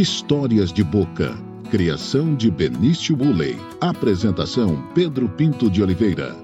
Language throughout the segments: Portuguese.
Histórias de Boca. Criação de Benício Woolley. Apresentação Pedro Pinto de Oliveira.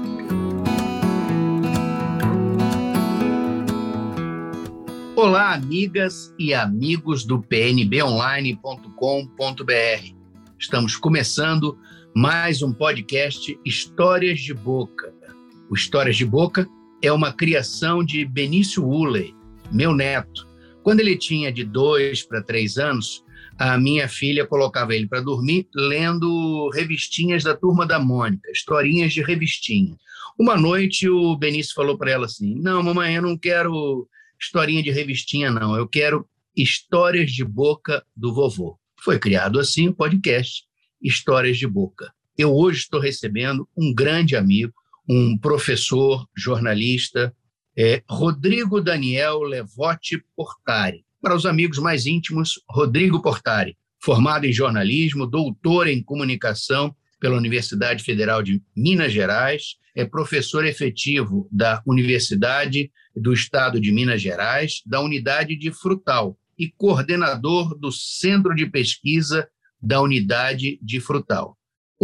Olá, amigas e amigos do pnbonline.com.br. Estamos começando mais um podcast Histórias de Boca. O Histórias de Boca é uma criação de Benício Woolley, meu neto. Quando ele tinha de 2 para 3 anos, a minha filha colocava ele para dormir lendo revistinhas da Turma da Mônica, historinhas de revistinha. Uma noite o Benício falou para ela assim: "Não, mamãe, eu não quero historinha de revistinha, não. Eu quero Histórias de Boca do vovô." Foi criado assim o podcast Histórias de Boca. Eu hoje estou recebendo um grande amigo, um professor, jornalista, Rodrigo Daniel Levotti Portari. Para os amigos mais íntimos, Rodrigo Portari, formado em jornalismo, doutor em comunicação pela Universidade Federal de Minas Gerais, é professor efetivo da Universidade do Estado de Minas Gerais, da Unidade de Frutal, e coordenador do Centro de Pesquisa da Unidade de Frutal.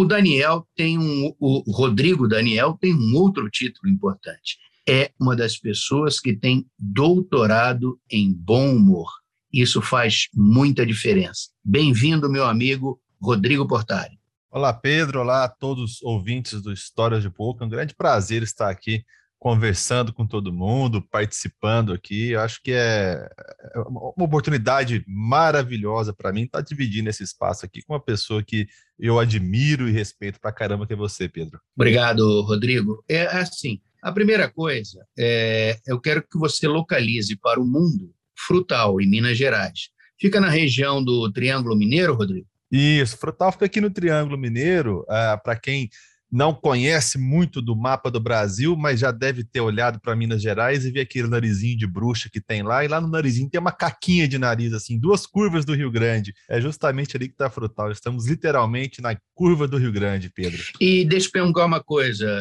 O Rodrigo Daniel tem um outro título importante. É uma das pessoas que tem doutorado em bom humor. Isso faz muita diferença. Bem-vindo, meu amigo Rodrigo Portari. Olá, Pedro. Olá a todos os ouvintes do Histórias de Boca. Um grande prazer estar aqui conversando com todo mundo, participando aqui. Eu acho que é uma oportunidade maravilhosa para mim estar dividindo esse espaço aqui com uma pessoa que eu admiro e respeito pra caramba, que é você, Pedro. Obrigado, Rodrigo. É assim, a primeira coisa, eu quero que você localize para o mundo Frutal, em Minas Gerais. Fica na região do Triângulo Mineiro, Rodrigo? Isso, Frutal fica aqui no Triângulo Mineiro. Para quem não conhece muito do mapa do Brasil, mas já deve ter olhado para Minas Gerais e ver aquele narizinho de bruxa que tem lá, e lá no narizinho tem uma caquinha de nariz, assim, 2 curvas do Rio Grande. É justamente ali que está Frutal. Estamos literalmente na curva do Rio Grande, Pedro. E deixa eu perguntar uma coisa,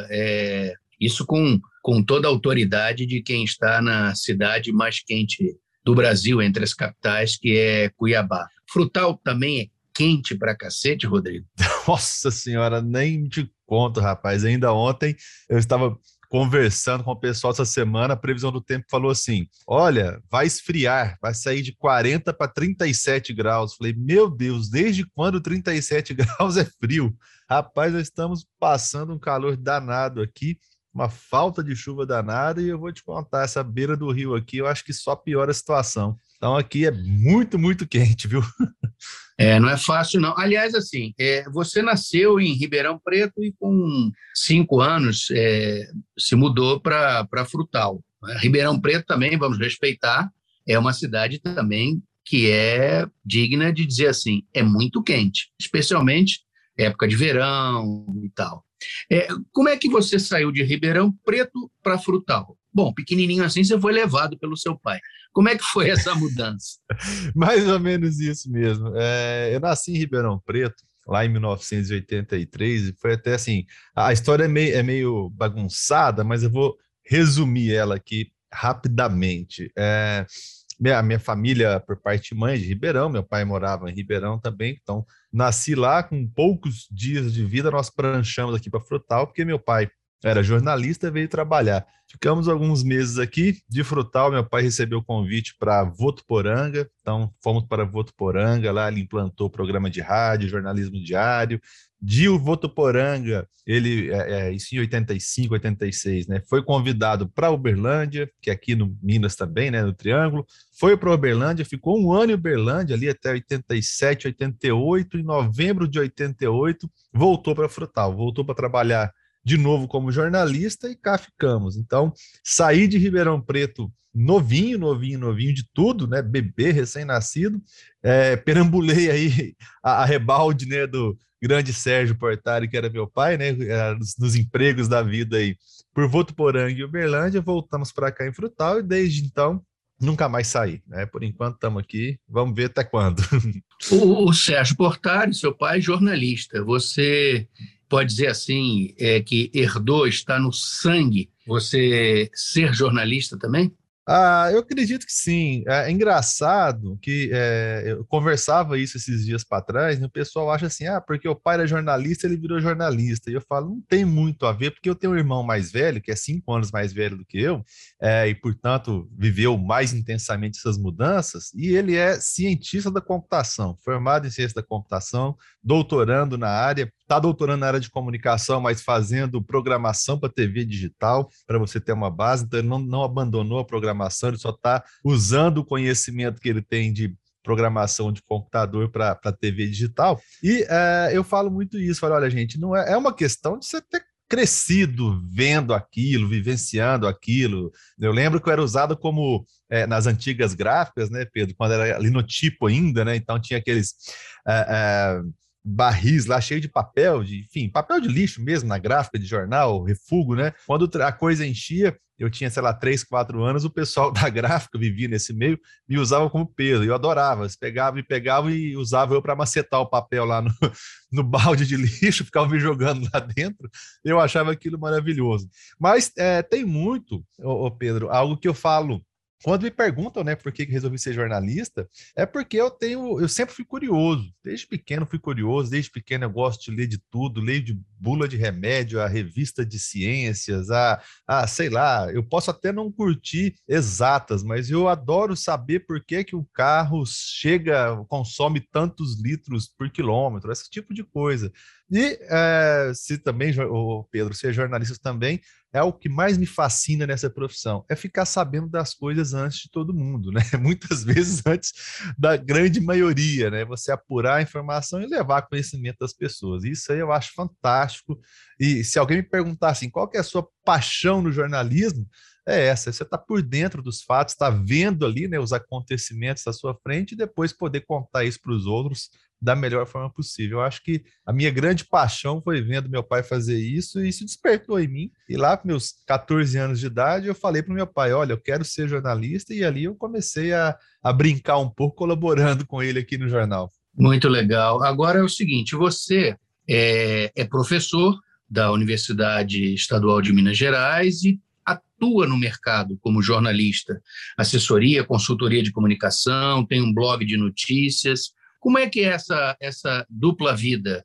isso com toda a autoridade de quem está na cidade mais quente do Brasil, entre as capitais, que é Cuiabá. Frutal também é quente pra cacete, Rodrigo? Nossa senhora, nem te conto, rapaz. Ainda ontem eu estava conversando com o pessoal essa semana, a previsão do tempo falou assim: olha, vai esfriar, vai sair de 40 para 37 graus. Falei, meu Deus, desde quando 37 graus é frio? Rapaz, nós estamos passando um calor danado aqui, uma falta de chuva danada, e eu vou te contar, essa beira do rio aqui, eu acho que só piora a situação. Então aqui é muito, muito quente, viu? Não é fácil, não. Aliás, assim, você nasceu em Ribeirão Preto e com 5 anos se mudou para Frutal. Ribeirão Preto também, vamos respeitar, é uma cidade também que é digna de dizer assim, é muito quente, especialmente época de verão e tal. Como é que você saiu de Ribeirão Preto para Frutal? Bom, pequenininho assim, você foi levado pelo seu pai. Como é que foi essa mudança? Mais ou menos isso mesmo. Eu nasci em Ribeirão Preto, lá em 1983, e foi até assim, a história é meio bagunçada, mas eu vou resumir ela aqui rapidamente. Minha família, por parte de mãe, de Ribeirão, meu pai morava em Ribeirão também, então nasci lá. Com poucos dias de vida, nós pranchamos aqui para Frutal, porque meu pai era jornalista e veio trabalhar. Ficamos alguns meses aqui. De Frutal, meu pai recebeu o convite para Votuporanga, então fomos para Votuporanga. Lá ele implantou o programa de rádio, jornalismo diário. De Votuporanga, ele, isso em 85, 86, né, foi convidado para Uberlândia, que é aqui no Minas também, né, no Triângulo. Foi para Uberlândia, ficou um ano em Uberlândia, ali até 87, 88. Em novembro de 88, voltou para Frutal, voltou para trabalhar de novo como jornalista, e cá ficamos. Então, saí de Ribeirão Preto novinho de tudo, né? Bebê, recém-nascido, perambulei aí a rebalde, né, do grande Sérgio Portari, que era meu pai, né, nos empregos da vida aí, por Votuporanga e Uberlândia. Voltamos para cá em Frutal, e desde então nunca mais saí, né? Por enquanto estamos aqui, vamos ver até quando. O Sérgio Portari, seu pai, é jornalista. Você pode dizer assim, que herdou, está no sangue, você ser jornalista também? Eu acredito que sim. É engraçado que eu conversava isso esses dias para trás, e o pessoal acha assim, porque o pai era jornalista, ele virou jornalista. E eu falo, não tem muito a ver, porque eu tenho um irmão mais velho, que é 5 anos mais velho do que eu, e, portanto, viveu mais intensamente essas mudanças, e ele é cientista da computação, formado em ciência da computação, doutorando na área, está doutorando na área de comunicação, mas fazendo programação para TV digital, para você ter uma base. Então, ele não abandonou a programação, ele só está usando o conhecimento que ele tem de programação de computador para TV digital. E eu falo muito isso, falo, olha, gente, não é uma questão de você ter crescido vendo aquilo, vivenciando aquilo. Eu lembro que eu era usado como nas antigas gráficas, né, Pedro, quando era linotipo ainda, né, então tinha aqueles barris lá cheio de papel, enfim, papel de lixo mesmo, na gráfica de jornal, refugo, né? Quando a coisa enchia, eu tinha, sei lá, 3, 4 anos, o pessoal da gráfica vivia nesse meio, me usava como peso, eu adorava, eles pegavam e usavam eu para macetar o papel lá no balde de lixo, ficavam me jogando lá dentro, eu achava aquilo maravilhoso. Mas tem muito, Pedro, algo que eu falo, quando me perguntam, né, por que resolvi ser jornalista, é porque eu sempre fui curioso, desde pequeno fui curioso, desde pequeno eu gosto de ler de tudo, leio de bula de remédio, a revista de ciências, sei lá, eu posso até não curtir exatas, mas eu adoro saber por que o carro consome tantos litros por quilômetro, esse tipo de coisa. E se também, Pedro, ser jornalista também, é o que mais me fascina nessa profissão, é ficar sabendo das coisas antes de todo mundo, né? Muitas vezes antes da grande maioria, né? Você apurar a informação e levar conhecimento das pessoas. Isso aí eu acho fantástico. E se alguém me perguntar assim, qual que é a sua paixão no jornalismo? É essa, você está por dentro dos fatos, está vendo ali, né, os acontecimentos à sua frente e depois poder contar isso para os outros da melhor forma possível. Eu acho que a minha grande paixão foi vendo meu pai fazer isso e isso despertou em mim. E lá, com meus 14 anos de idade, eu falei para o meu pai, olha, eu quero ser jornalista, e ali eu comecei a brincar um pouco, colaborando com ele aqui no jornal. Muito legal. Agora é o seguinte, você é professor da Universidade Estadual de Minas Gerais e atua no mercado como jornalista, assessoria, consultoria de comunicação, tem um blog de notícias. Como é que é essa dupla vida,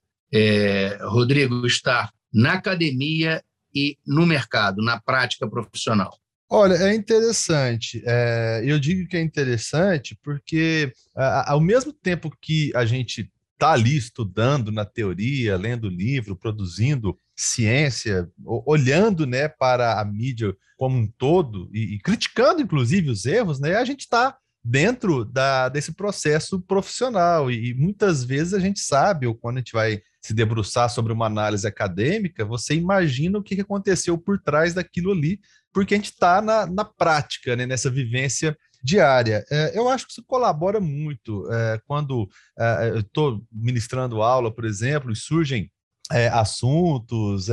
Rodrigo, estar na academia e no mercado, na prática profissional? Olha, é interessante. Eu digo que é interessante porque, ao mesmo tempo que a gente está ali estudando na teoria, lendo livro, produzindo ciência, olhando, né, para a mídia como um todo e criticando, inclusive, os erros, né, a gente está dentro desse processo profissional e muitas vezes a gente sabe, ou quando a gente vai se debruçar sobre uma análise acadêmica, você imagina o que aconteceu por trás daquilo ali, porque a gente está na prática, né, nessa vivência diária. Eu acho que isso colabora muito quando eu estou ministrando aula, por exemplo, e surgem assuntos,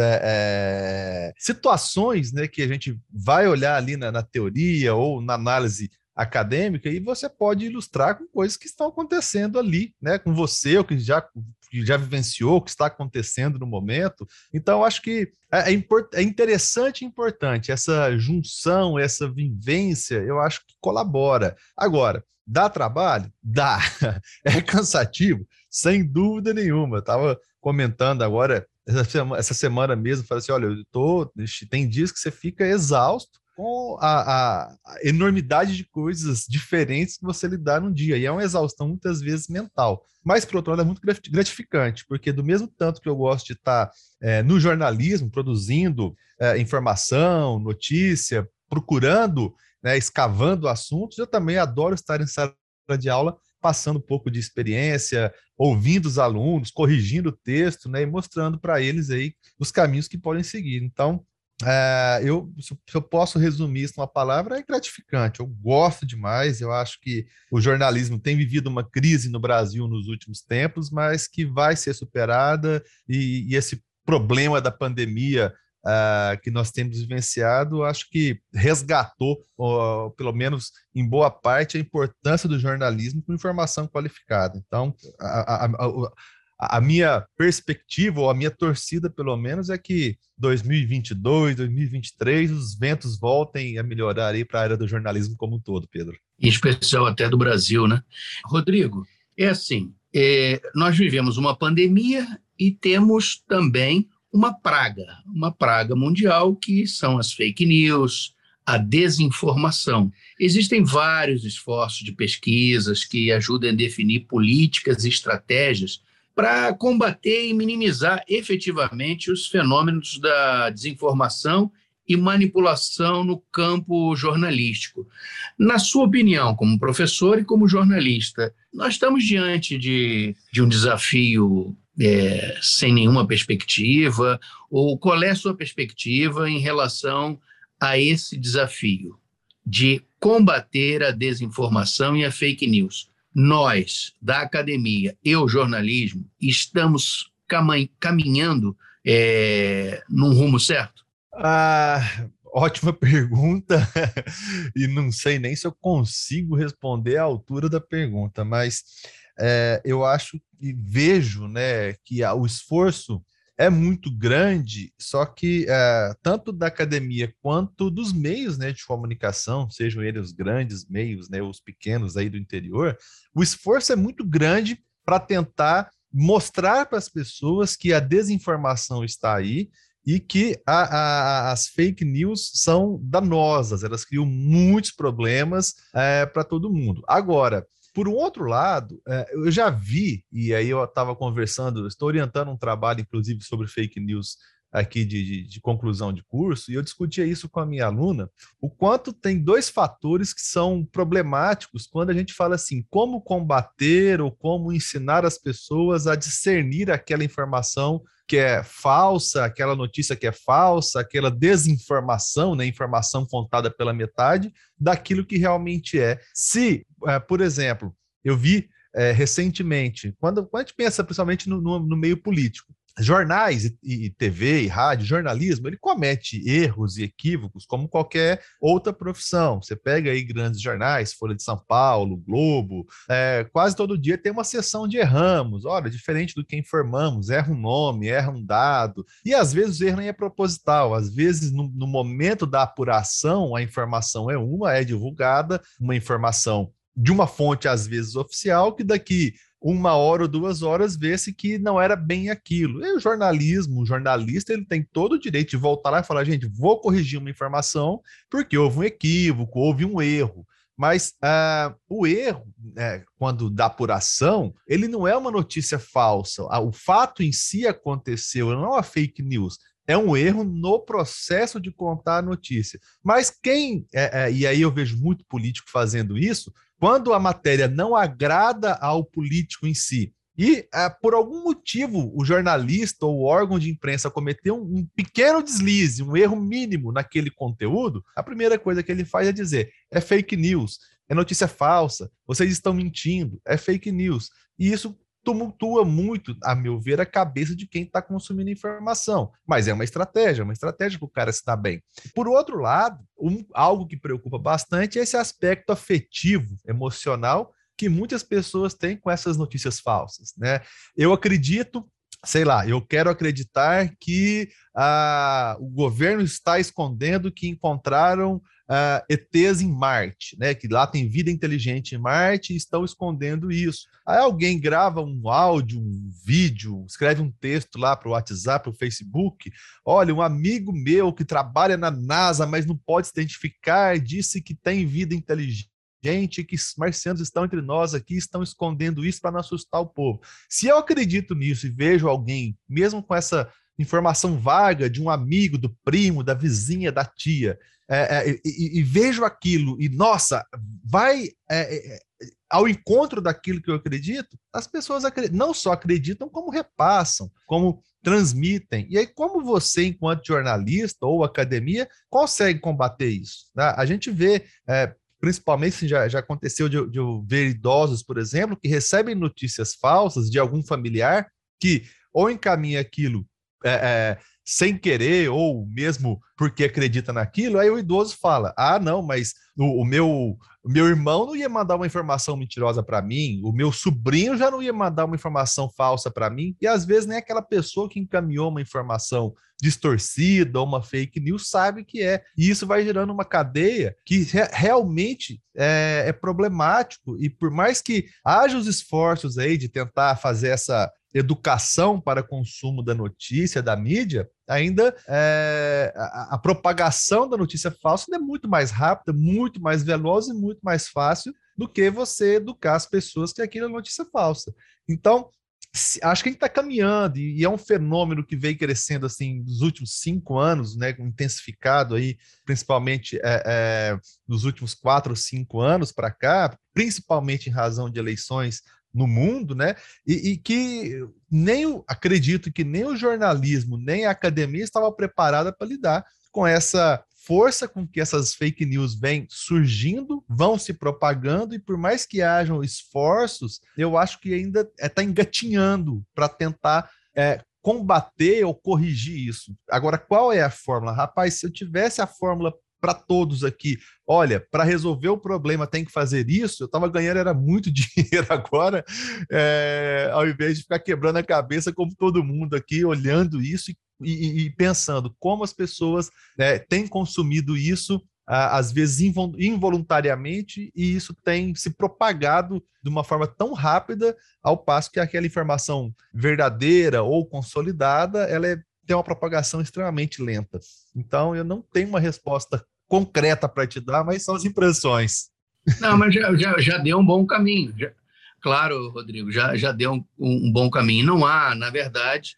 situações, né, que a gente vai olhar ali na teoria ou na análise acadêmica e você pode ilustrar com coisas que estão acontecendo ali, né, com você, o que já vivenciou, o que está acontecendo no momento. Então, acho que é interessante e importante essa junção, essa vivência, eu acho que colabora. Agora, dá trabalho? Dá. É cansativo? Sem dúvida nenhuma. Eu estava comentando agora, essa semana mesmo, falei assim, olha, tem dias que você fica exausto com a enormidade de coisas diferentes que você lidar num dia, e é uma exaustão muitas vezes mental, mas por outro lado é muito gratificante, porque do mesmo tanto que eu gosto de estar no jornalismo, produzindo informação, notícia, procurando, né, escavando assuntos, eu também adoro estar em sala de aula, passando um pouco de experiência, ouvindo os alunos, corrigindo o texto, né, e mostrando para eles aí os caminhos que podem seguir. Então, se eu posso resumir isso numa palavra, é gratificante. Eu gosto demais. Eu acho que o jornalismo tem vivido uma crise no Brasil nos últimos tempos, mas que vai ser superada, e esse problema da pandemia que nós temos vivenciado, acho que resgatou, pelo menos em boa parte, a importância do jornalismo com informação qualificada. Então, a minha perspectiva, ou a minha torcida, pelo menos, é que 2022, 2023, os ventos voltem a melhorar aí para a área do jornalismo como um todo, Pedro. Em especial até do Brasil, né? Rodrigo, é assim, nós vivemos uma pandemia e temos também uma praga mundial, que são as fake news, a desinformação. Existem vários esforços de pesquisas que ajudam a definir políticas e estratégias para combater e minimizar efetivamente os fenômenos da desinformação e manipulação no campo jornalístico. Na sua opinião, como professor e como jornalista, nós estamos diante de um desafio sem nenhuma perspectiva? Ou qual é a sua perspectiva em relação a esse desafio de combater a desinformação e a fake news? Nós, da academia e o jornalismo, estamos caminhando num rumo certo? Ótima pergunta, e não sei nem se eu consigo responder à altura da pergunta, mas eu acho e vejo, né, que o esforço é muito grande, só que tanto da academia quanto dos meios, né, de comunicação, sejam eles os grandes meios, né, os pequeos aí do interior, o esforço é muito grande para tentar mostrar para as pessoas que a desinformação está aí e que as fake news são danosas, elas criam muitos problemas para todo mundo. Agora, por um outro lado, eu já vi, e aí eu estava conversando, estou orientando um trabalho, inclusive, sobre fake news aqui de conclusão de curso, e eu discutia isso com a minha aluna, o quanto tem dois fatores que são problemáticos quando a gente fala assim, como combater ou como ensinar as pessoas a discernir aquela informação que é falsa, aquela notícia que é falsa, aquela desinformação, né, informação contada pela metade, daquilo que realmente é. Se, por exemplo, eu vi recentemente, quando a gente pensa principalmente no meio político, jornais e TV e rádio, jornalismo, ele comete erros e equívocos como qualquer outra profissão. Você pega aí grandes jornais, Folha de São Paulo, Globo, quase todo dia tem uma sessão de erramos. Olha, diferente do que informamos, erra um nome, erra um dado, e às vezes o erro nem é proposital, às vezes no momento da apuração a informação é divulgada, uma informação de uma fonte às vezes oficial, que daqui 1 hora ou 2 horas vê-se que não era bem aquilo. E o jornalista, ele tem todo o direito de voltar lá e falar, gente, vou corrigir uma informação porque houve um equívoco, houve um erro. Mas o erro, quando da apuração, ele não é uma notícia falsa. O fato em si aconteceu, não é uma fake news. É um erro no processo de contar a notícia. Mas e aí eu vejo muito político fazendo isso, quando a matéria não agrada ao político em si, e por algum motivo o jornalista ou o órgão de imprensa cometeu um pequeno deslize, um erro mínimo naquele conteúdo, a primeira coisa que ele faz é dizer, é fake news, é notícia falsa, vocês estão mentindo, é fake news. E isso tumultua muito, a meu ver, a cabeça de quem está consumindo informação. Mas é uma estratégia para o cara se dar bem. Por outro lado, algo que preocupa bastante é esse aspecto afetivo, emocional, que muitas pessoas têm com essas notícias falsas, né? Eu acredito, eu quero acreditar que o governo está escondendo que encontraram ETs em Marte, né? Que lá tem vida inteligente em Marte e estão escondendo isso. Aí alguém grava um áudio, um vídeo, escreve um texto lá para o WhatsApp, para o Facebook. Olha, um amigo meu que trabalha na NASA, mas não pode se identificar, disse que tem vida inteligente, que os marcianos estão entre nós aqui, estão escondendo isso para não assustar o povo. Se eu acredito nisso e vejo alguém, mesmo com essa informação vaga de um amigo, do primo, da vizinha, da tia, e vejo aquilo e, nossa, vai ao encontro daquilo que eu acredito, as pessoas não só acreditam, como repassam, como transmitem. E aí, como você, enquanto jornalista ou academia, consegue combater isso? Tá? A gente vê, principalmente, já aconteceu de eu ver idosos, por exemplo, que recebem notícias falsas de algum familiar que ou encaminha aquilo sem querer ou mesmo porque acredita naquilo, aí o idoso fala, não, mas o meu irmão não ia mandar uma informação mentirosa para mim, o meu sobrinho já não ia mandar uma informação falsa para mim, e às vezes nem aquela pessoa que encaminhou uma informação distorcida ou uma fake news sabe que é. E isso vai gerando uma cadeia que realmente é problemático, e por mais que haja os esforços aí de tentar fazer essa educação para consumo da notícia, da mídia, ainda a propagação da notícia falsa é muito mais rápida, muito mais veloz e muito mais fácil do que você educar as pessoas que aquilo é notícia falsa. Então, acho que a gente está caminhando, e é um fenômeno que vem crescendo assim nos últimos 5 anos, né, intensificado aí, principalmente nos últimos 4 ou 5 anos para cá, principalmente em razão de eleições no mundo, né? E que acredito que nem o jornalismo, nem a academia estava preparada para lidar com essa força com que essas fake news vêm surgindo, vão se propagando, e por mais que hajam esforços, eu acho que ainda está engatinhando para tentar combater ou corrigir isso. Agora, qual é a fórmula? Rapaz, se eu tivesse a fórmula para todos aqui, olha, para resolver o problema tem que fazer isso, eu estava ganhando era muito dinheiro agora, ao invés de ficar quebrando a cabeça como todo mundo aqui, olhando isso e pensando como as pessoas têm consumido isso, às vezes involuntariamente, e isso tem se propagado de uma forma tão rápida, ao passo que aquela informação verdadeira ou consolidada, ela tem uma propagação extremamente lenta. Então, eu não tenho uma resposta concreta para te dar, mas são as impressões. Não, mas já deu um bom caminho. Claro, Rodrigo, já deu um bom caminho. Não há, na verdade,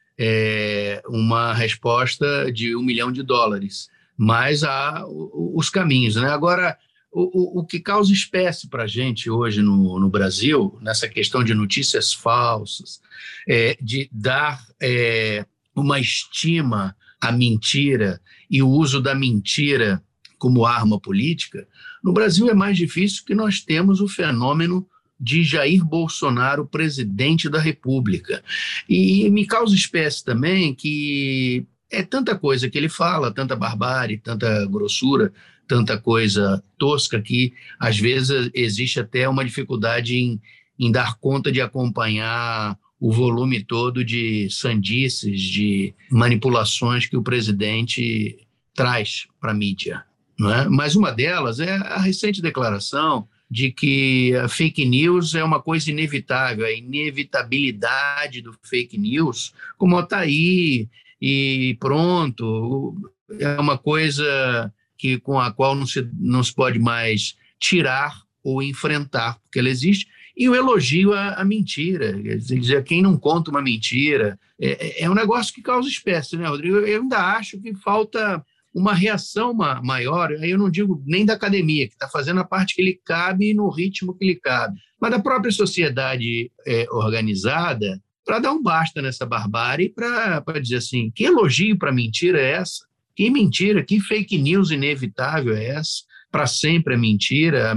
uma resposta de $1 milhão, mas há os caminhos, né? Agora, o que causa espécie para a gente hoje no Brasil, nessa questão de notícias falsas, de dar uma estima à mentira e o uso da mentira como arma política, no Brasil é mais difícil, que nós temos o fenômeno de Jair Bolsonaro, presidente da República. E me causa espécie também que é tanta coisa que ele fala, tanta barbárie, tanta grossura, tanta coisa tosca, que às vezes existe até uma dificuldade em dar conta de acompanhar o volume todo de sandices, de manipulações que o presidente traz para a mídia, não é? Mas uma delas é a recente declaração de que a fake news é uma coisa inevitável, a inevitabilidade do fake news, como está aí, e pronto, é uma coisa com a qual não se pode mais tirar ou enfrentar, porque ela existe. E o elogio à mentira, quer dizer, quem não conta uma mentira, é um negócio que causa espécie, né, Rodrigo? Eu ainda acho que falta uma reação maior, aí eu não digo nem da academia, que está fazendo a parte que lhe cabe no ritmo que lhe cabe, mas da própria sociedade organizada, para dar um basta nessa barbárie, para dizer assim, que elogio para mentira é essa? Que mentira, que fake news inevitável é essa? Para sempre a mentira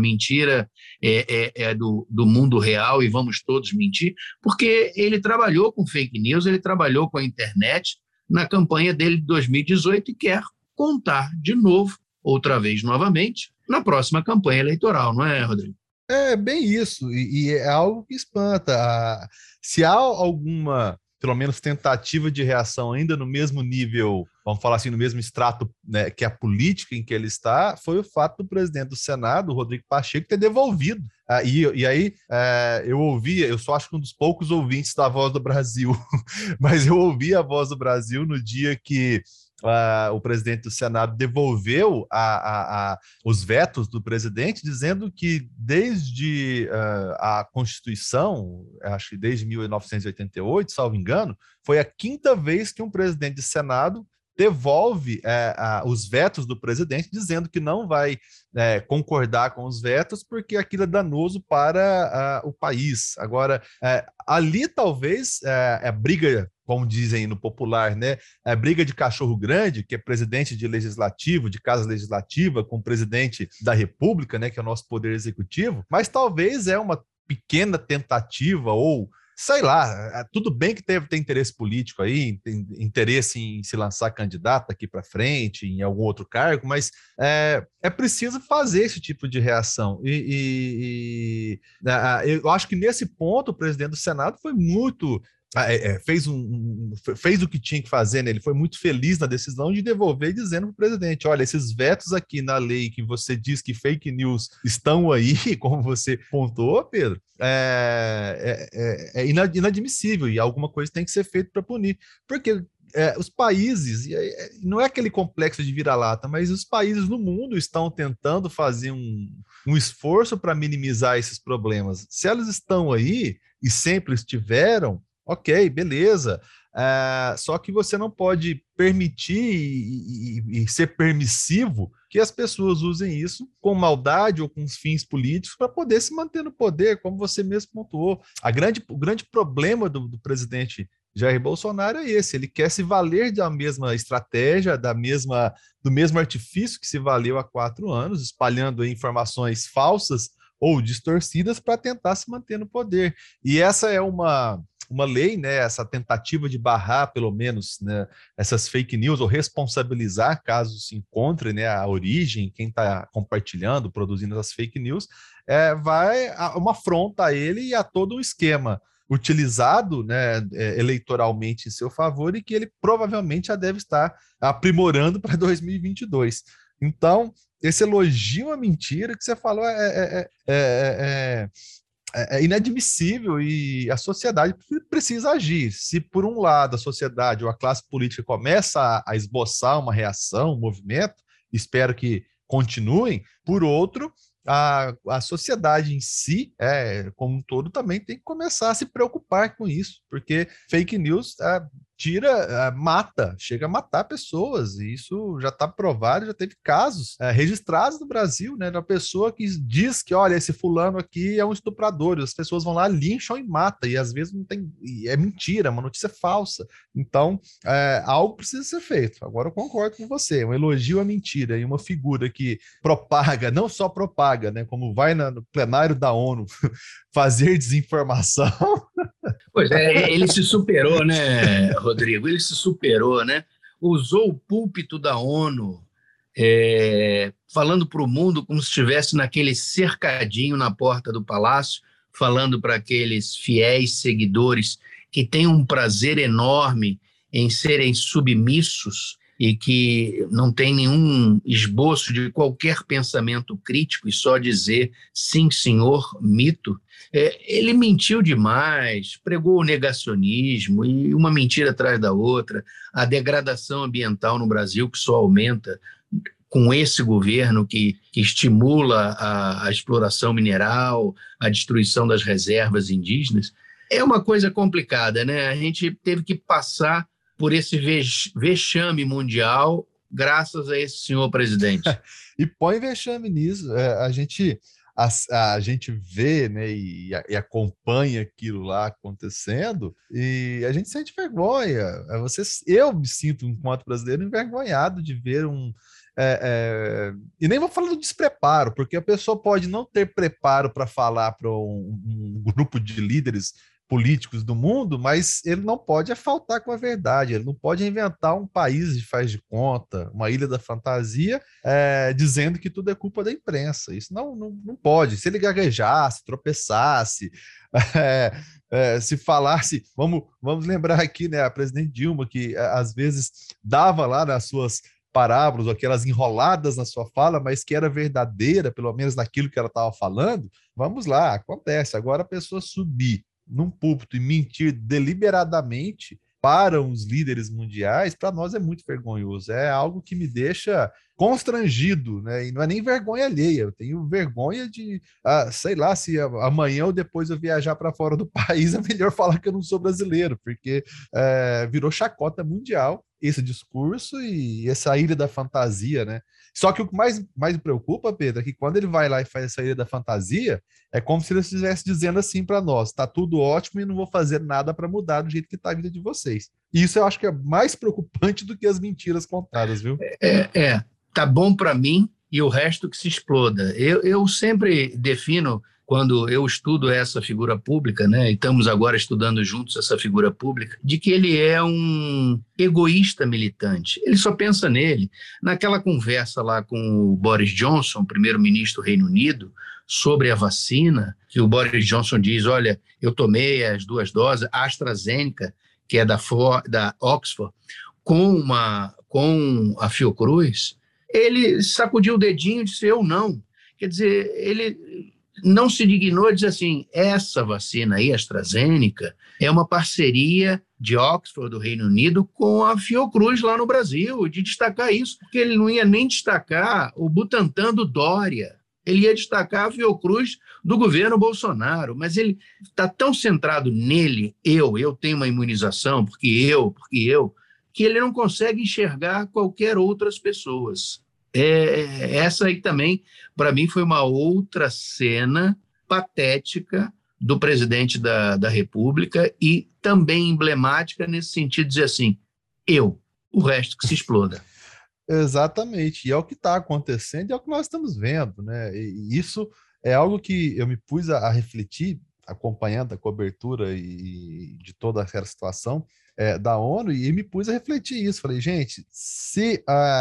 é do mundo real e vamos todos mentir, porque ele trabalhou com fake news, ele trabalhou com a internet na campanha dele de 2018 e quer contar de novo, outra vez novamente, na próxima campanha eleitoral, não é, Rodrigo? É bem isso, e é algo que espanta. Se há alguma, pelo menos, tentativa de reação ainda no mesmo nível, vamos falar assim, no mesmo extrato, né, que a política em que ele está, foi o fato do presidente do Senado, Rodrigo Pacheco, ter devolvido. E aí eu ouvi, eu só acho que um dos poucos ouvintes da Voz do Brasil, mas eu ouvi a Voz do Brasil no dia que o presidente do Senado devolveu os vetos do presidente, dizendo que desde a Constituição, acho que desde 1988, salvo engano, foi a 5ª vez que um presidente do Senado devolve os vetos do presidente, dizendo que não vai concordar com os vetos porque aquilo é danoso para o país. Agora, ali talvez a briga, como dizem no popular, né, a briga de cachorro grande, que é presidente de legislativo, de casa legislativa, com o presidente da República, né, que é o nosso poder executivo, mas talvez é uma pequena tentativa ou sei lá, tudo bem que tem interesse político aí, tem interesse em se lançar candidato aqui para frente, em algum outro cargo, mas é preciso fazer esse tipo de reação. Eu acho que nesse ponto o presidente do Senado foi muito... fez o que tinha que fazer, né? Ele foi muito feliz na decisão de devolver, dizendo para o presidente: olha, esses vetos aqui na lei que você diz que fake news estão aí, como você pontuou, Pedro, inadmissível, e alguma coisa tem que ser feita para punir, porque os países, não é aquele complexo de vira-lata, mas os países no mundo estão tentando fazer um esforço para minimizar esses problemas. Se elas estão aí e sempre estiveram, ok, beleza. Só que você não pode permitir e ser permissivo que as pessoas usem isso com maldade ou com fins políticos para poder se manter no poder, como você mesmo pontuou. O grande problema do presidente Jair Bolsonaro é esse: ele quer se valer da mesma estratégia, do mesmo artifício que se valeu há 4 anos, espalhando informações falsas ou distorcidas para tentar se manter no poder. E essa é uma lei, né, essa tentativa de barrar, pelo menos, né, essas fake news, ou responsabilizar, caso se encontre, né, a origem, quem está compartilhando, produzindo as fake news, vai uma afronta a ele e a todo um esquema utilizado, né, eleitoralmente em seu favor, e que ele provavelmente já deve estar aprimorando para 2022. Então, esse elogio à mentira que você falou é inadmissível, e a sociedade precisa agir. Se, por um lado, a sociedade ou a classe política começa a esboçar uma reação, um movimento, espero que continuem, por outro, a sociedade em si, como um todo, também tem que começar a se preocupar com isso, porque fake news chega a matar pessoas, e isso já está provado, já teve casos registrados no Brasil, né, da pessoa que diz que, olha, esse fulano aqui é um estuprador, e as pessoas vão lá, lincham e matam, e às vezes não tem, é mentira, é uma notícia falsa. Então, algo precisa ser feito. Agora eu concordo com você, um elogio à mentira e uma figura que propaga, não só propaga, né, como vai no plenário da ONU fazer desinformação. Pois é, ele se superou, né, Rodrigo? Ele se superou, né? Usou o púlpito da ONU, falando para o mundo como se estivesse naquele cercadinho na porta do palácio, falando para aqueles fiéis seguidores que têm um prazer enorme em serem submissos e que não tem nenhum esboço de qualquer pensamento crítico e só dizer sim, senhor, mito. Ele mentiu demais, pregou o negacionismo e uma mentira atrás da outra, a degradação ambiental no Brasil que só aumenta com esse governo que estimula a exploração mineral, a destruição das reservas indígenas. É uma coisa complicada, né? A gente teve que passar por esse vexame mundial graças a esse senhor presidente. E põe vexame nisso. A gente vê, né, e acompanha aquilo lá acontecendo, e a gente sente vergonha. Eu me sinto, enquanto brasileiro, envergonhado de ver e nem vou falar do despreparo, porque a pessoa pode não ter preparo para falar para um grupo de líderes políticos do mundo, mas ele não pode faltar com a verdade, ele não pode inventar um país de faz de conta, uma ilha da fantasia, dizendo que tudo é culpa da imprensa. Isso não pode. Se ele gaguejasse, tropeçasse, se falasse, vamos lembrar aqui, né, a presidente Dilma, que às vezes dava lá nas suas parábolas, aquelas enroladas na sua fala, mas que era verdadeira, pelo menos naquilo que ela estava falando. Vamos lá, acontece. Agora a pessoa subir num púlpito e mentir deliberadamente para os líderes mundiais, para nós é muito vergonhoso. É algo que me deixa constrangido, né? E não é nem vergonha alheia, eu tenho vergonha de, sei lá, se amanhã ou depois eu viajar para fora do país, é melhor falar que eu não sou brasileiro, porque virou chacota mundial esse discurso e essa ilha da fantasia, né? Só que o que mais me preocupa, Pedro, é que quando ele vai lá e faz essa ilha da fantasia, é como se ele estivesse dizendo assim para nós: tá tudo ótimo e não vou fazer nada para mudar do jeito que tá a vida de vocês. E isso eu acho que é mais preocupante do que as mentiras contadas, viu? Tá bom para mim e o resto que se exploda. Eu sempre defino quando eu estudo essa figura pública, né, e estamos agora estudando juntos essa figura pública, de que ele é um egoísta militante. Ele só pensa nele. Naquela conversa lá com o Boris Johnson, primeiro-ministro do Reino Unido, sobre a vacina, que o Boris Johnson diz, olha, eu tomei as 2 doses, a AstraZeneca, que é da Oxford, com a Fiocruz, ele sacudiu o dedinho e disse, eu não. Quer dizer, ele não se dignou a dizer assim, essa vacina aí, AstraZeneca, é uma parceria de Oxford, do Reino Unido, com a Fiocruz lá no Brasil, de destacar isso, porque ele não ia nem destacar o Butantan do Dória, ele ia destacar a Fiocruz do governo Bolsonaro, mas ele está tão centrado nele, eu tenho uma imunização, porque eu, que ele não consegue enxergar qualquer outras pessoas. Essa aí também, para mim, foi uma outra cena patética do presidente da República e também emblemática nesse sentido de dizer assim, o resto que se exploda. Exatamente, e é o que está acontecendo, é o que nós estamos vendo, né? E isso é algo que eu me pus a refletir, acompanhando a cobertura e de toda aquela situação da ONU, e me pus a refletir isso. Falei, gente, se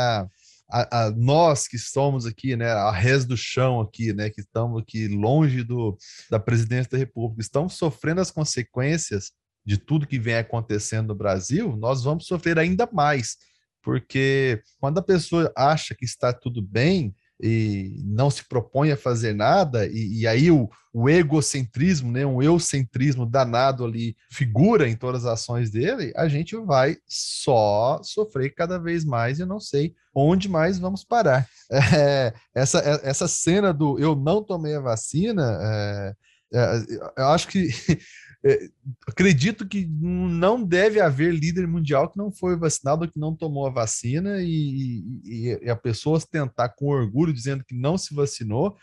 nós que somos aqui, né, a res do chão aqui, né, que estamos aqui longe da presidência da República, estamos sofrendo as consequências de tudo que vem acontecendo no Brasil, nós vamos sofrer ainda mais. Porque quando a pessoa acha que está tudo bem e não se propõe a fazer nada, e aí o egocentrismo, né, um eucentrismo danado ali figura em todas as ações dele, a gente vai só sofrer cada vez mais e eu não sei onde mais vamos parar. Essa cena do eu não tomei a vacina, eu acho que acredito que não deve haver líder mundial que não foi vacinado ou que não tomou a vacina e a pessoa tentar com orgulho dizendo que não se vacinou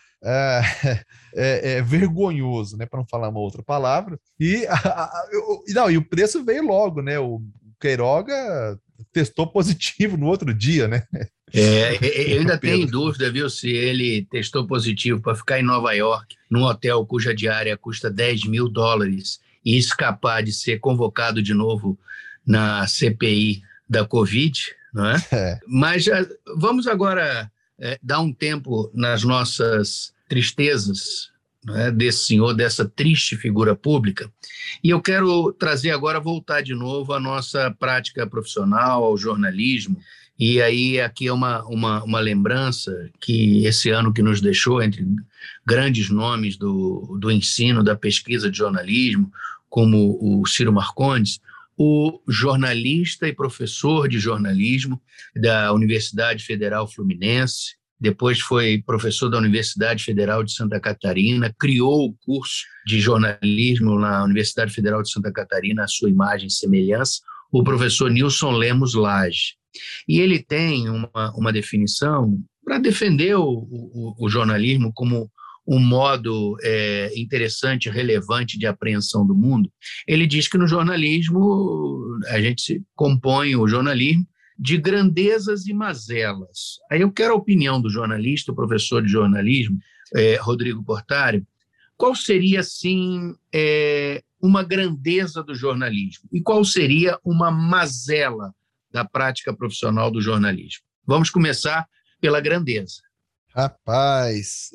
é vergonhoso, né, para não falar uma outra palavra. E o preço veio logo, né? O Queiroga testou positivo no outro dia, né? Eu ainda tenho dúvida, viu, se ele testou positivo para ficar em Nova York, num hotel cuja diária custa $10 mil, e escapar de ser convocado de novo na CPI da Covid, não é? Mas vamos agora dar um tempo nas nossas tristezas, não é, desse senhor, dessa triste figura pública, e eu quero trazer agora, voltar de novo à nossa prática profissional, ao jornalismo. E aí aqui é uma lembrança que esse ano que nos deixou entre grandes nomes do ensino, da pesquisa de jornalismo, como o Ciro Marcondes, o jornalista e professor de jornalismo da Universidade Federal Fluminense, depois foi professor da Universidade Federal de Santa Catarina, criou o curso de jornalismo na Universidade Federal de Santa Catarina, a sua imagem e semelhança, o professor Nilson Lemos Lage. E ele tem uma definição para defender o jornalismo como um modo interessante, relevante de apreensão do mundo. Ele diz que no jornalismo, a gente compõe o jornalismo de grandezas e mazelas. Aí eu quero a opinião do jornalista, o professor de jornalismo, Rodrigo Portari, qual seria, assim, uma grandeza do jornalismo? E qual seria uma mazela da prática profissional do jornalismo? Vamos começar pela grandeza. Rapaz,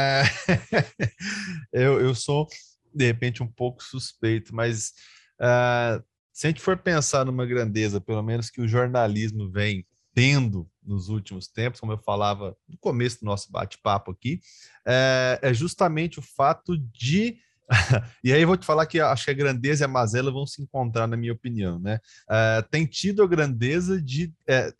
eu sou, de repente, um pouco suspeito, mas se a gente for pensar numa grandeza, pelo menos que o jornalismo vem tendo nos últimos tempos, como eu falava no começo do nosso bate-papo aqui, é justamente o fato de... E aí eu vou te falar que acho que a grandeza e a mazela vão se encontrar, na minha opinião, né? Tem tido a grandeza de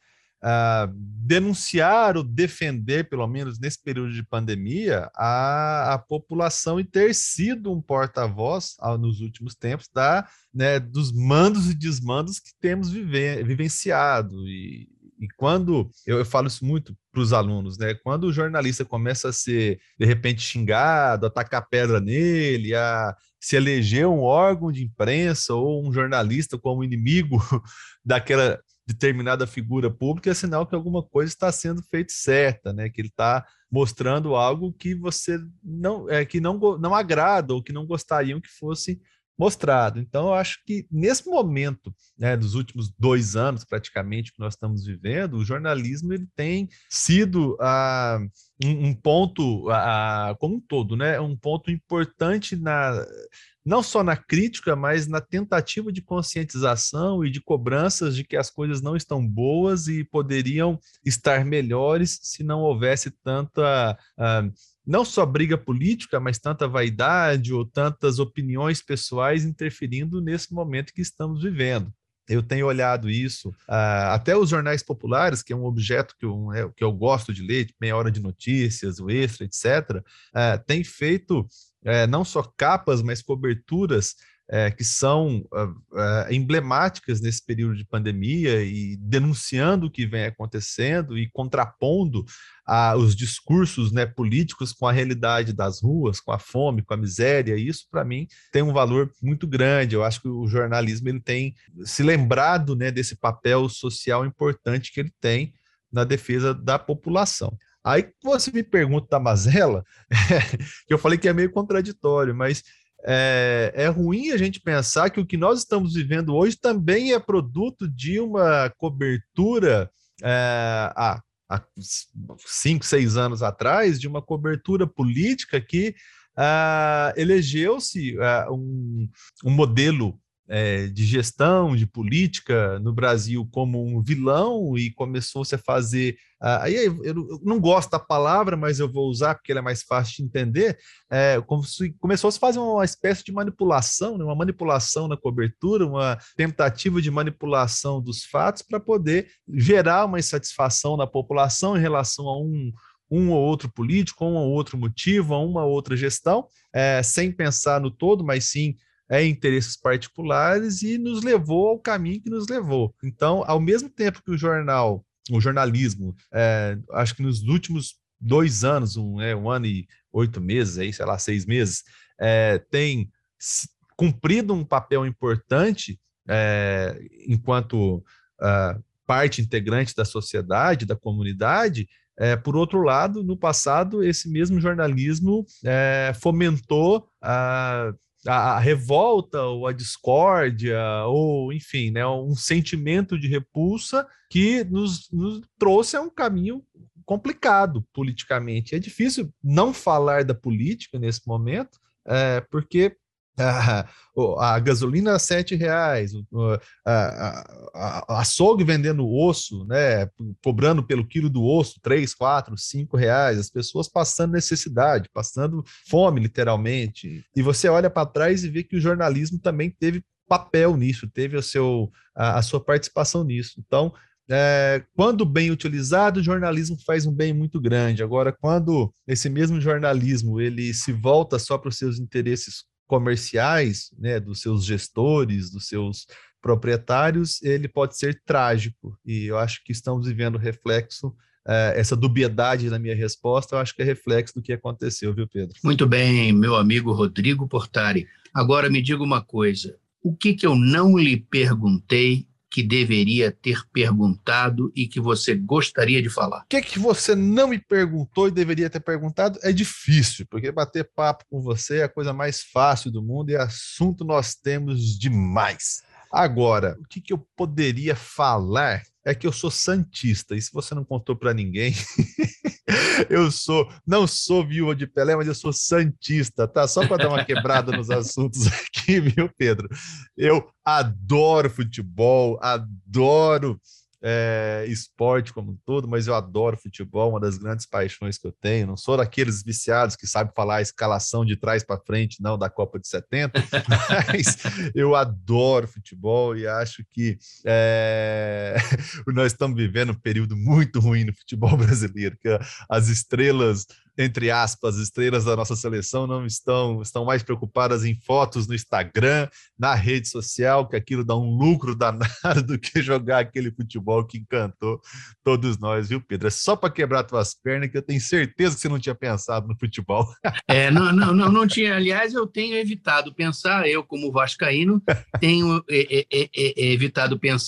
denunciar ou defender, pelo menos nesse período de pandemia, a população e ter sido um porta-voz nos últimos tempos dos mandos e desmandos que temos vivenciado. E quando eu falo isso muito para os alunos, né? Quando o jornalista começa a ser, de repente, xingado, a tacar pedra nele, a se eleger um órgão de imprensa ou um jornalista como inimigo determinada figura pública, é sinal que alguma coisa está sendo feita certa, né? Que ele está mostrando algo que você não agrada ou que não gostariam que fosse mostrado. Então, eu acho que nesse momento, né, dos últimos 2 anos, praticamente, que nós estamos vivendo, o jornalismo ele tem sido um ponto, como um todo, né, um ponto importante não só na crítica, mas na tentativa de conscientização e de cobranças de que as coisas não estão boas e poderiam estar melhores se não houvesse tanta não só briga política, mas tanta vaidade ou tantas opiniões pessoais interferindo nesse momento que estamos vivendo. Eu tenho olhado isso, até os jornais populares, que é um objeto que eu gosto de ler, meia hora de notícias, o Extra, etc., tem feito não só capas, mas coberturas que são emblemáticas nesse período de pandemia e denunciando o que vem acontecendo e contrapondo os discursos, né, políticos com a realidade das ruas, com a fome, com a miséria. E isso, para mim, tem um valor muito grande. Eu acho que o jornalismo ele tem se lembrado, né, desse papel social importante que ele tem na defesa da população. Aí você me pergunta da mazela, que eu falei que é meio contraditório, mas é ruim a gente pensar que o que nós estamos vivendo hoje também é produto de uma cobertura há 5, 6 anos atrás, de uma cobertura política que elegeu-se um modelo de gestão, de política no Brasil como um vilão e começou-se a fazer... aí eu não gosto da palavra, mas eu vou usar porque ela é mais fácil de entender. Começou-se a fazer uma espécie de manipulação, né, uma manipulação na cobertura, uma tentativa de manipulação dos fatos para poder gerar uma insatisfação na população em relação a um ou outro político, um ou outro motivo, a uma ou outra gestão, sem pensar no todo, mas sim interesses particulares, e nos levou ao caminho que nos levou. Então, ao mesmo tempo que o jornalismo, acho que nos últimos 2 anos, um ano e 8 meses, aí, sei lá, 6 meses, tem cumprido um papel importante enquanto parte integrante da sociedade, da comunidade. Por outro lado, no passado, esse mesmo jornalismo fomentou a revolta ou a discórdia, ou enfim, né, um sentimento de repulsa que nos trouxe a um caminho complicado politicamente. É difícil não falar da política nesse momento, porque a gasolina a R$7, açougue vendendo osso, né, cobrando pelo quilo do osso R$3, R$4, R$5, as pessoas passando necessidade, passando fome, literalmente. E você olha para trás e vê que o jornalismo também teve papel nisso, teve a sua participação nisso. Então, quando bem utilizado, o jornalismo faz um bem muito grande. Agora, quando esse mesmo jornalismo ele se volta só para os seus interesses comerciais, né, dos seus gestores, dos seus proprietários, ele pode ser trágico. E eu acho que estamos vivendo reflexo, essa dubiedade na minha resposta, eu acho que é reflexo do que aconteceu, viu, Pedro? Muito bem, meu amigo Rodrigo Portari. Agora me diga uma coisa, o que eu não lhe perguntei que deveria ter perguntado e que você gostaria de falar? O que você não me perguntou e deveria ter perguntado? É difícil, porque bater papo com você é a coisa mais fácil do mundo e assunto nós temos demais. Agora, o que eu poderia falar é que eu sou santista, e se você não contou para ninguém, não sou viúva de Pelé, mas eu sou santista, tá? Só para dar uma quebrada nos assuntos aqui, viu, Pedro? Eu adoro futebol, adoro esporte como um todo, mas eu adoro futebol, uma das grandes paixões que eu tenho. Não sou daqueles viciados que sabem falar a escalação de trás para frente, não, da Copa de 70, mas eu adoro futebol e acho que nós estamos vivendo um período muito ruim no futebol brasileiro, que as estrelas, entre aspas, as estrelas da nossa seleção não estão mais preocupadas em fotos no Instagram, na rede social, que aquilo dá um lucro danado, do que jogar aquele futebol que encantou todos nós, viu, Pedro? É só para quebrar tuas pernas, que eu tenho certeza que você não tinha pensado no futebol. Não tinha. Aliás, eu tenho evitado pensar, eu como vascaíno, tenho evitado pensar,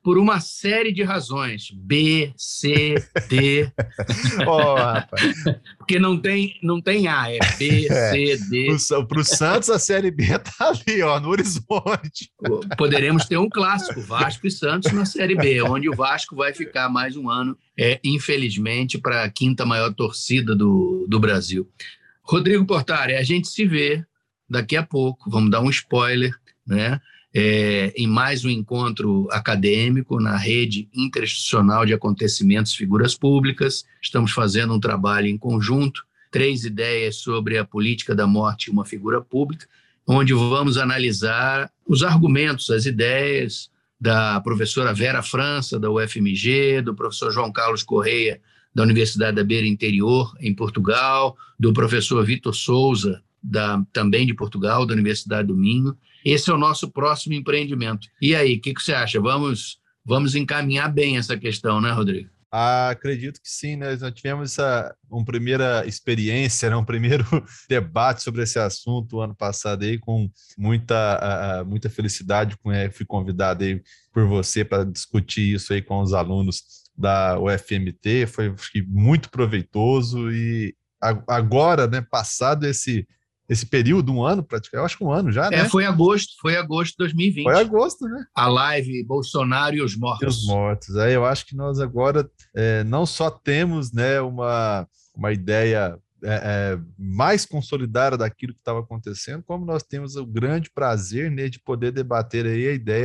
por uma série de razões. B, C, D. Rapaz. Porque não tem A, é B, C, D. Para o Santos, a Série B está ali, no horizonte. Poderemos ter um clássico, Vasco e Santos na Série B, onde o Vasco vai ficar mais um ano, infelizmente, para a quinta maior torcida do Brasil. Rodrigo Portari, a gente se vê daqui a pouco, vamos dar um spoiler, né? Em mais um encontro acadêmico na Rede Interinstitucional de Acontecimentos Figuras Públicas. Estamos fazendo um trabalho em conjunto, 3 ideias sobre a política da morte de uma figura pública, onde vamos analisar os argumentos, as ideias da professora Vera França, da UFMG, do professor João Carlos Correia, da Universidade da Beira Interior, em Portugal, do professor Vitor Souza, também de Portugal, da Universidade do Minho. Esse é o nosso próximo empreendimento. E aí, o que você acha? Vamos encaminhar bem essa questão, né, Rodrigo? Acredito que sim, né? Nós tivemos uma primeira experiência, né? Um primeiro debate sobre esse assunto ano passado aí, com muita felicidade. Fui convidado aí por você para discutir isso aí com os alunos da UFMT. Foi muito proveitoso e agora, né, passado esse período, um ano praticamente, eu acho que um ano já, né? Foi agosto de 2020. Foi agosto, né? A live Bolsonaro e os mortos. E os mortos. Aí eu acho que nós agora não só temos, né, uma ideia mais consolidada daquilo que estava acontecendo, como nós temos o grande prazer, né, de poder debater aí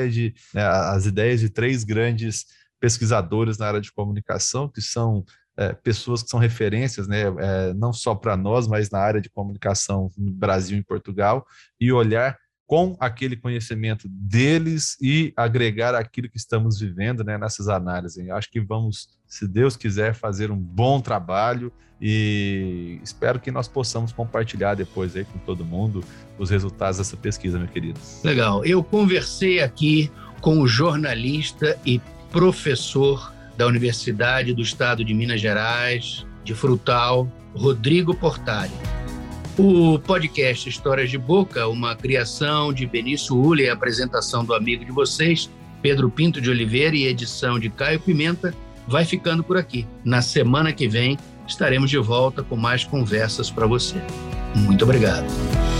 as ideias de 3 grandes pesquisadores na área de comunicação, que são pessoas que são referências, né, não só para nós, mas na área de comunicação no Brasil e em Portugal, e olhar com aquele conhecimento deles e agregar aquilo que estamos vivendo, né, nessas análises. Eu acho que vamos, se Deus quiser, fazer um bom trabalho e espero que nós possamos compartilhar depois aí com todo mundo os resultados dessa pesquisa, meu querido. Legal. Eu conversei aqui com o jornalista e professor da Universidade do Estado de Minas Gerais, de Frutal, Rodrigo Portari. O podcast Histórias de Boca, uma criação de Benício Uller, apresentação do amigo de vocês, Pedro Pinto de Oliveira, e edição de Caio Pimenta, vai ficando por aqui. Na semana que vem estaremos de volta com mais conversas para você. Muito obrigado.